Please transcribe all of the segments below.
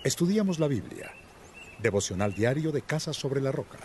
Estudiamos la Biblia. Devocional diario de Casa sobre la Roca.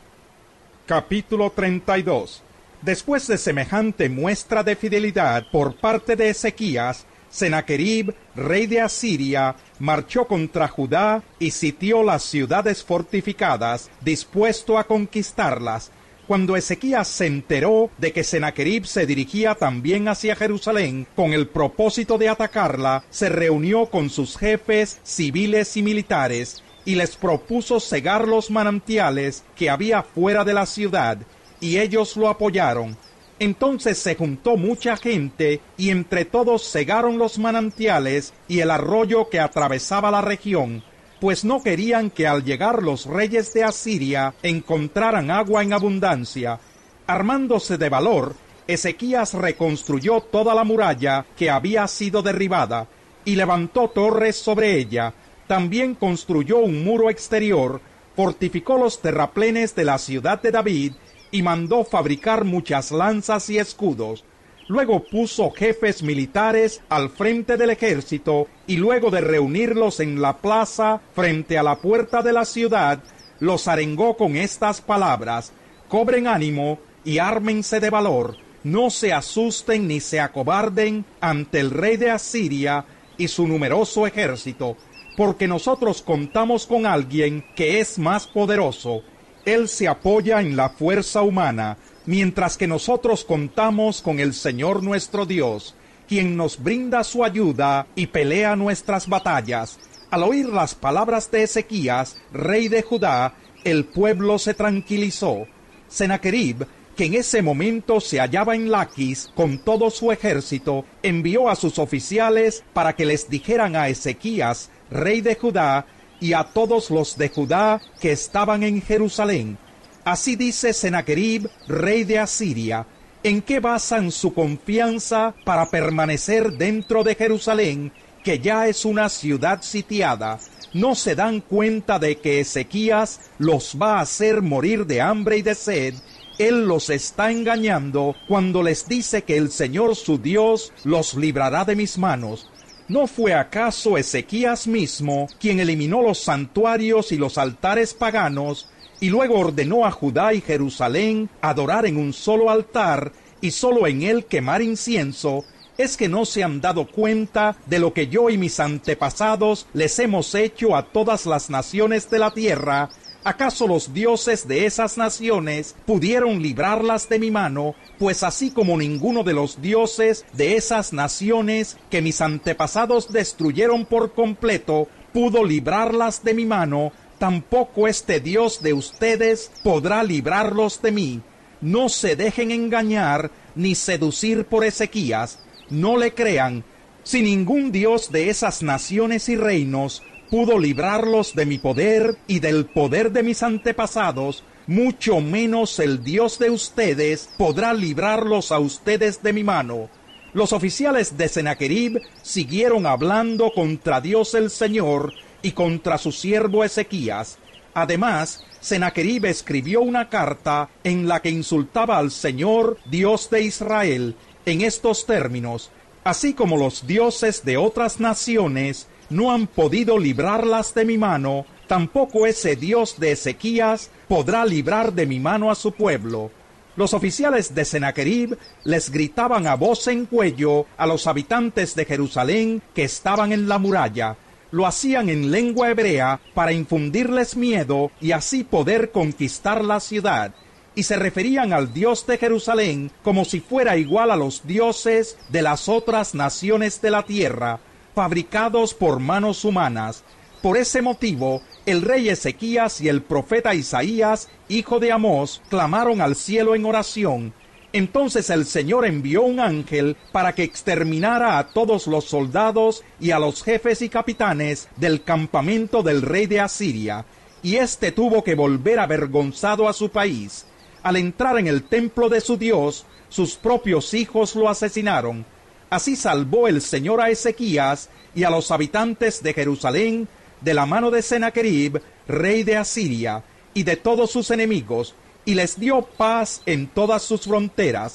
Capítulo 32. Después de semejante muestra de fidelidad por parte de Ezequías, Sennacherib, rey de Asiria, marchó contra Judá y sitió las ciudades fortificadas, dispuesto a conquistarlas. Cuando Ezequías se enteró de que Sennacherib se dirigía también hacia Jerusalén con el propósito de atacarla, se reunió con sus jefes civiles y militares y les propuso cegar los manantiales que había fuera de la ciudad, y ellos lo apoyaron. Entonces se juntó mucha gente, y entre todos cegaron los manantiales y el arroyo que atravesaba la región, pues no querían que al llegar los reyes de Asiria encontraran agua en abundancia. Armándose de valor, Ezequías reconstruyó toda la muralla que había sido derribada, y levantó torres sobre ella. También construyó un muro exterior, fortificó los terraplenes de la ciudad de David, y mandó fabricar muchas lanzas y escudos. Luego puso jefes militares al frente del ejército, y luego de reunirlos en la plaza frente a la puerta de la ciudad, los arengó con estas palabras: cobren ánimo y ármense de valor, no se asusten ni se acobarden ante el rey de Asiria y su numeroso ejército, porque nosotros contamos con alguien que es más poderoso. Él se apoya en la fuerza humana, mientras que nosotros contamos con el Señor nuestro Dios, quien nos brinda su ayuda y pelea nuestras batallas. Al oír las palabras de Ezequías, rey de Judá, el pueblo se tranquilizó. Sennacherib, que en ese momento se hallaba en Laquis con todo su ejército, envió a sus oficiales para que les dijeran a Ezequías, rey de Judá, y a todos los de Judá que estaban en Jerusalén: así dice Sennacherib, rey de Asiria, ¿en qué basan su confianza para permanecer dentro de Jerusalén, que ya es una ciudad sitiada? ¿No se dan cuenta de que Ezequías los va a hacer morir de hambre y de sed? Él los está engañando cuando les dice que el Señor su Dios los librará de mis manos. ¿No fue acaso Ezequías mismo quien eliminó los santuarios y los altares paganos, y luego ordenó a Judá y Jerusalén adorar en un solo altar y solo en él quemar incienso? ¿Es que no se han dado cuenta de lo que yo y mis antepasados les hemos hecho a todas las naciones de la tierra? ¿Acaso los dioses de esas naciones pudieron librarlas de mi mano? Pues así como ninguno de los dioses de esas naciones que mis antepasados destruyeron por completo pudo librarlas de mi mano, tampoco este Dios de ustedes podrá librarlos de mí. No se dejen engañar ni seducir por Ezequías. No le crean. Si ningún Dios de esas naciones y reinos pudo librarlos de mi poder y del poder de mis antepasados, mucho menos el Dios de ustedes podrá librarlos a ustedes de mi mano. Los oficiales de Sennacherib siguieron hablando contra Dios el Señor y contra su siervo Ezequías. Además, Sennacherib escribió una carta en la que insultaba al Señor, Dios de Israel, en estos términos: así como los dioses de otras naciones no han podido librarlas de mi mano, tampoco ese Dios de Ezequías podrá librar de mi mano a su pueblo. Los oficiales de Sennacherib les gritaban a voz en cuello a los habitantes de Jerusalén que estaban en la muralla. Lo hacían en lengua hebrea para infundirles miedo y así poder conquistar la ciudad. Y se referían al Dios de Jerusalén como si fuera igual a los dioses de las otras naciones de la tierra, fabricados por manos humanas. Por ese motivo, el rey Ezequías y el profeta Isaías, hijo de Amós, clamaron al cielo en oración. Entonces el Señor envió un ángel para que exterminara a todos los soldados y a los jefes y capitanes del campamento del rey de Asiria, y éste tuvo que volver avergonzado a su país. Al entrar en el templo de su Dios, sus propios hijos lo asesinaron. Así salvó el Señor a Ezequías y a los habitantes de Jerusalén de la mano de Sennacherib, rey de Asiria, y de todos sus enemigos, y les dio paz en todas sus fronteras.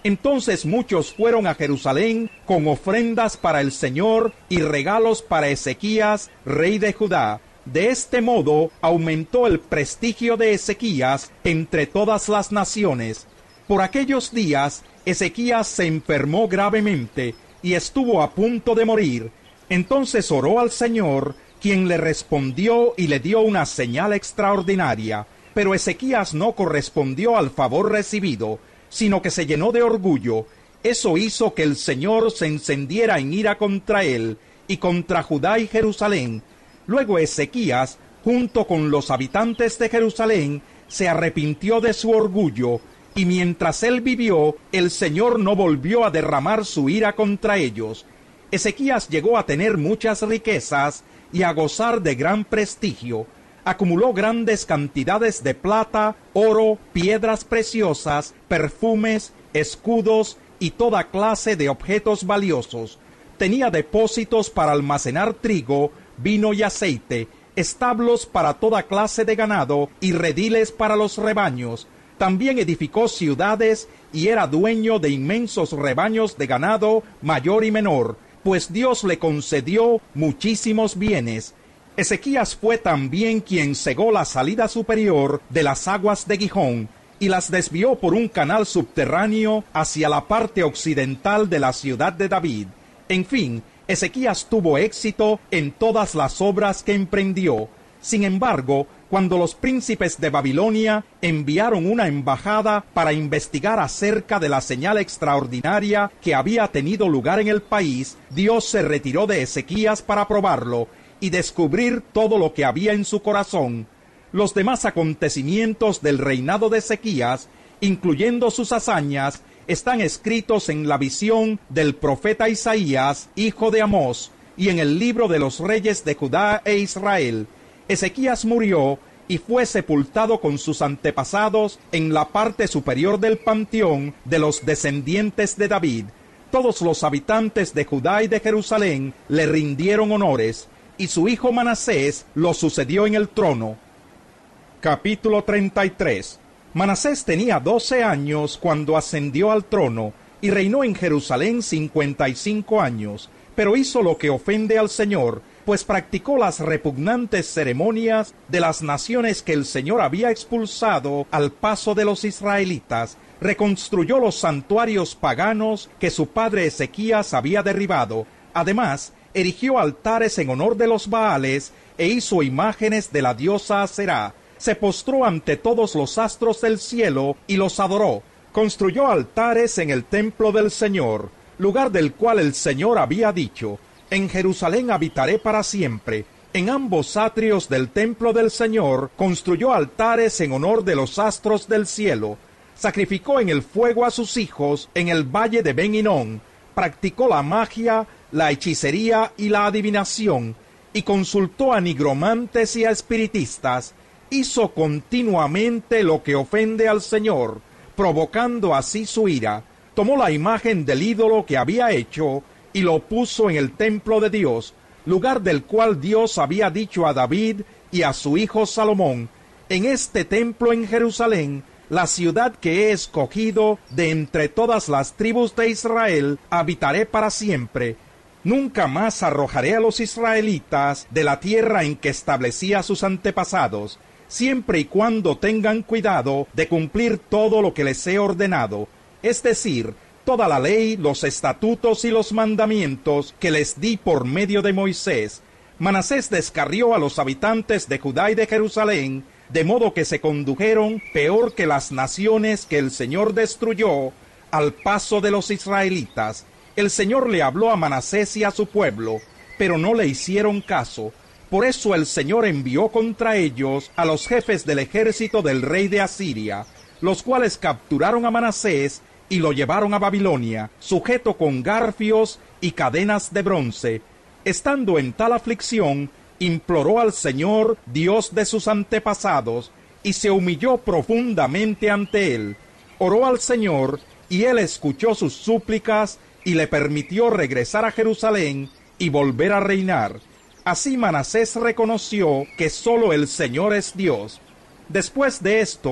Entonces muchos fueron a Jerusalén con ofrendas para el Señor y regalos para Ezequías, rey de Judá. De este modo aumentó el prestigio de Ezequías entre todas las naciones. Por aquellos días, Ezequías se enfermó gravemente y estuvo a punto de morir. Entonces oró al Señor, quien le respondió y le dio una señal extraordinaria. Pero Ezequías no correspondió al favor recibido, sino que se llenó de orgullo. Eso hizo que el Señor se encendiera en ira contra él y contra Judá y Jerusalén. Luego Ezequías, junto con los habitantes de Jerusalén, se arrepintió de su orgullo, y mientras él vivió, el Señor no volvió a derramar su ira contra ellos. Ezequías llegó a tener muchas riquezas y a gozar de gran prestigio. Acumuló grandes cantidades de plata, oro, piedras preciosas, perfumes, escudos y toda clase de objetos valiosos. Tenía depósitos para almacenar trigo, vino y aceite, establos para toda clase de ganado y rediles para los rebaños. También edificó ciudades y era dueño de inmensos rebaños de ganado mayor y menor, pues Dios le concedió muchísimos bienes. Ezequías fue también quien cegó la salida superior de las aguas de Gihón y las desvió por un canal subterráneo hacia la parte occidental de la ciudad de David. En fin, Ezequías tuvo éxito en todas las obras que emprendió. Sin embargo, cuando los príncipes de Babilonia enviaron una embajada para investigar acerca de la señal extraordinaria que había tenido lugar en el país, Dios se retiró de Ezequías para probarlo y descubrir todo lo que había en su corazón. Los demás acontecimientos del reinado de Ezequías, incluyendo sus hazañas, están escritos en la visión del profeta Isaías, hijo de Amós, y en el libro de los reyes de Judá e Israel. Ezequías murió y fue sepultado con sus antepasados en la parte superior del panteón de los descendientes de David. Todos los habitantes de Judá y de Jerusalén le rindieron honores, y su hijo Manasés lo sucedió en el trono. Capítulo 33. Manasés tenía 12 años cuando ascendió al trono, y reinó en Jerusalén 55 años, pero hizo lo que ofende al Señor, pues practicó las repugnantes ceremonias de las naciones que el Señor había expulsado al paso de los israelitas. Reconstruyó los santuarios paganos que su padre Ezequías había derribado. Además, erigió altares en honor de los Baales e hizo imágenes de la diosa Aserá. Se postró ante todos los astros del cielo y los adoró. Construyó altares en el templo del Señor, lugar del cual el Señor había dicho: en Jerusalén habitaré para siempre. En ambos atrios del templo del Señor construyó altares en honor de los astros del cielo. Sacrificó en el fuego a sus hijos en el valle de Ben Hinnom. Practicó la magia, la hechicería y la adivinación, y consultó a nigromantes y a espiritistas. Hizo continuamente lo que ofende al Señor, provocando así su ira. Tomó la imagen del ídolo que había hecho y lo puso en el templo de Dios, lugar del cual Dios había dicho a David y a su hijo Salomón: en este templo en Jerusalén, la ciudad que he escogido de entre todas las tribus de Israel, habitaré para siempre. Nunca más arrojaré a los israelitas de la tierra en que establecí a sus antepasados, siempre y cuando tengan cuidado de cumplir todo lo que les he ordenado, es decir, toda la ley, los estatutos y los mandamientos que les di por medio de Moisés. Manasés descarrió a los habitantes de Judá y de Jerusalén, de modo que se condujeron peor que las naciones que el Señor destruyó al paso de los israelitas. El Señor le habló a Manasés y a su pueblo, pero no le hicieron caso. Por eso el Señor envió contra ellos a los jefes del ejército del rey de Asiria, los cuales capturaron a Manasés y lo llevaron a Babilonia, sujeto con garfios y cadenas de bronce. Estando en tal aflicción, imploró al Señor, Dios de sus antepasados, y se humilló profundamente ante él. Oró al Señor, y él escuchó sus súplicas, y le permitió regresar a Jerusalén y volver a reinar. Así Manasés reconoció que sólo el Señor es Dios. Después de esto,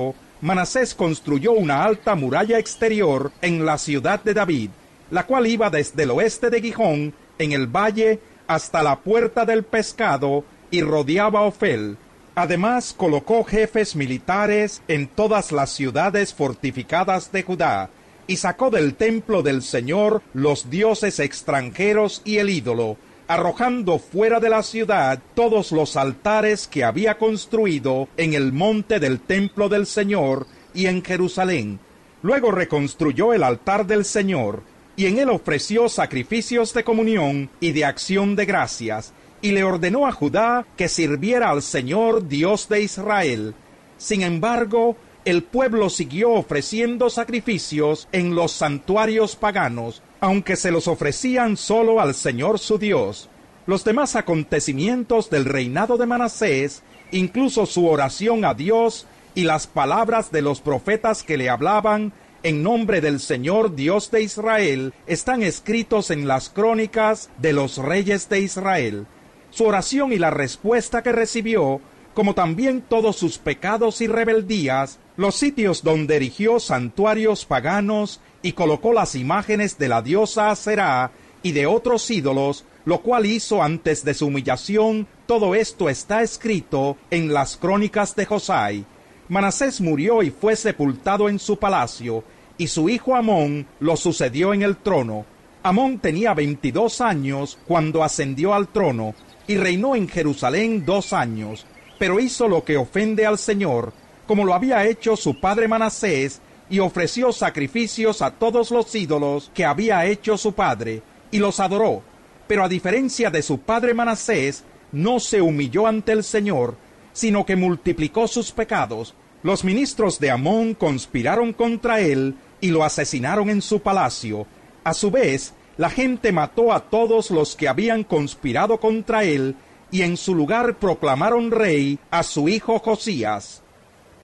Manasés construyó una alta muralla exterior en la ciudad de David, la cual iba desde el oeste de Gijón, en el valle, hasta la puerta del pescado, y rodeaba Ofel. Además colocó jefes militares en todas las ciudades fortificadas de Judá, y sacó del templo del Señor los dioses extranjeros y el ídolo, arrojando fuera de la ciudad todos los altares que había construido en el monte del templo del Señor y en Jerusalén. Luego reconstruyó el altar del Señor, y en él ofreció sacrificios de comunión y de acción de gracias, y le ordenó a Judá que sirviera al Señor Dios de Israel. Sin embargo, el pueblo siguió ofreciendo sacrificios en los santuarios paganos, aunque se los ofrecían solo al Señor su Dios. Los demás acontecimientos del reinado de Manasés, incluso su oración a Dios y las palabras de los profetas que le hablaban en nombre del Señor Dios de Israel, están escritos en las crónicas de los reyes de Israel. Su oración y la respuesta que recibió, como también todos sus pecados y rebeldías, los sitios donde erigió santuarios paganos y colocó las imágenes de la diosa Aserá y de otros ídolos, lo cual hizo antes de su humillación, todo esto está escrito en las crónicas de Josai. Manasés murió y fue sepultado en su palacio, y su hijo Amón lo sucedió en el trono. Amón tenía 22 años cuando ascendió al trono, y reinó en Jerusalén 2 años, pero hizo lo que ofende al Señor, como lo había hecho su padre Manasés, y ofreció sacrificios a todos los ídolos que había hecho su padre, y los adoró. Pero a diferencia de su padre Manasés, no se humilló ante el Señor, sino que multiplicó sus pecados. Los ministros de Amón conspiraron contra él y lo asesinaron en su palacio. A su vez, la gente mató a todos los que habían conspirado contra él, y en su lugar proclamaron rey a su hijo Josías.